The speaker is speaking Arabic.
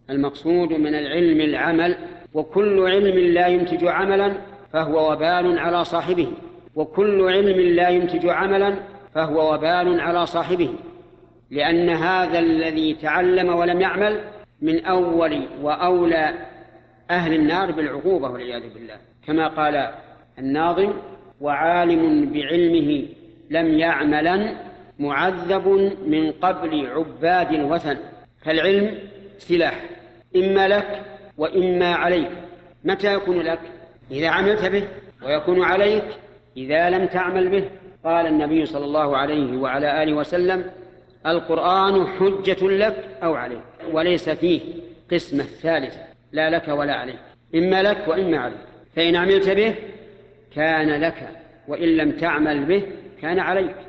المقصود من العلم العمل، وكل علم لا ينتج عملا فهو وبال على صاحبه، وكل علم لا ينتج عملا فهو وبال على صاحبه، لأن هذا الذي تعلم ولم يعمل من أول وأولى أهل النار بالعقوبة والعياذ بالله، كما قال الناظم: وعالم بعلمه لم يعملا معذب من قبل عباد الوثن. فالعلم سلاح إما لك وإما عليك. متى يكون لك؟ إذا عملت به، ويكون عليك إذا لم تعمل به. قال النبي صلى الله عليه وعلى آله وسلم: القرآن حجة لك أو عليك، وليس فيه قسمة ثالثة، لا لك ولا عليك، إما لك وإما عليك. فإن عملت به كان لك، وإن لم تعمل به كان عليك.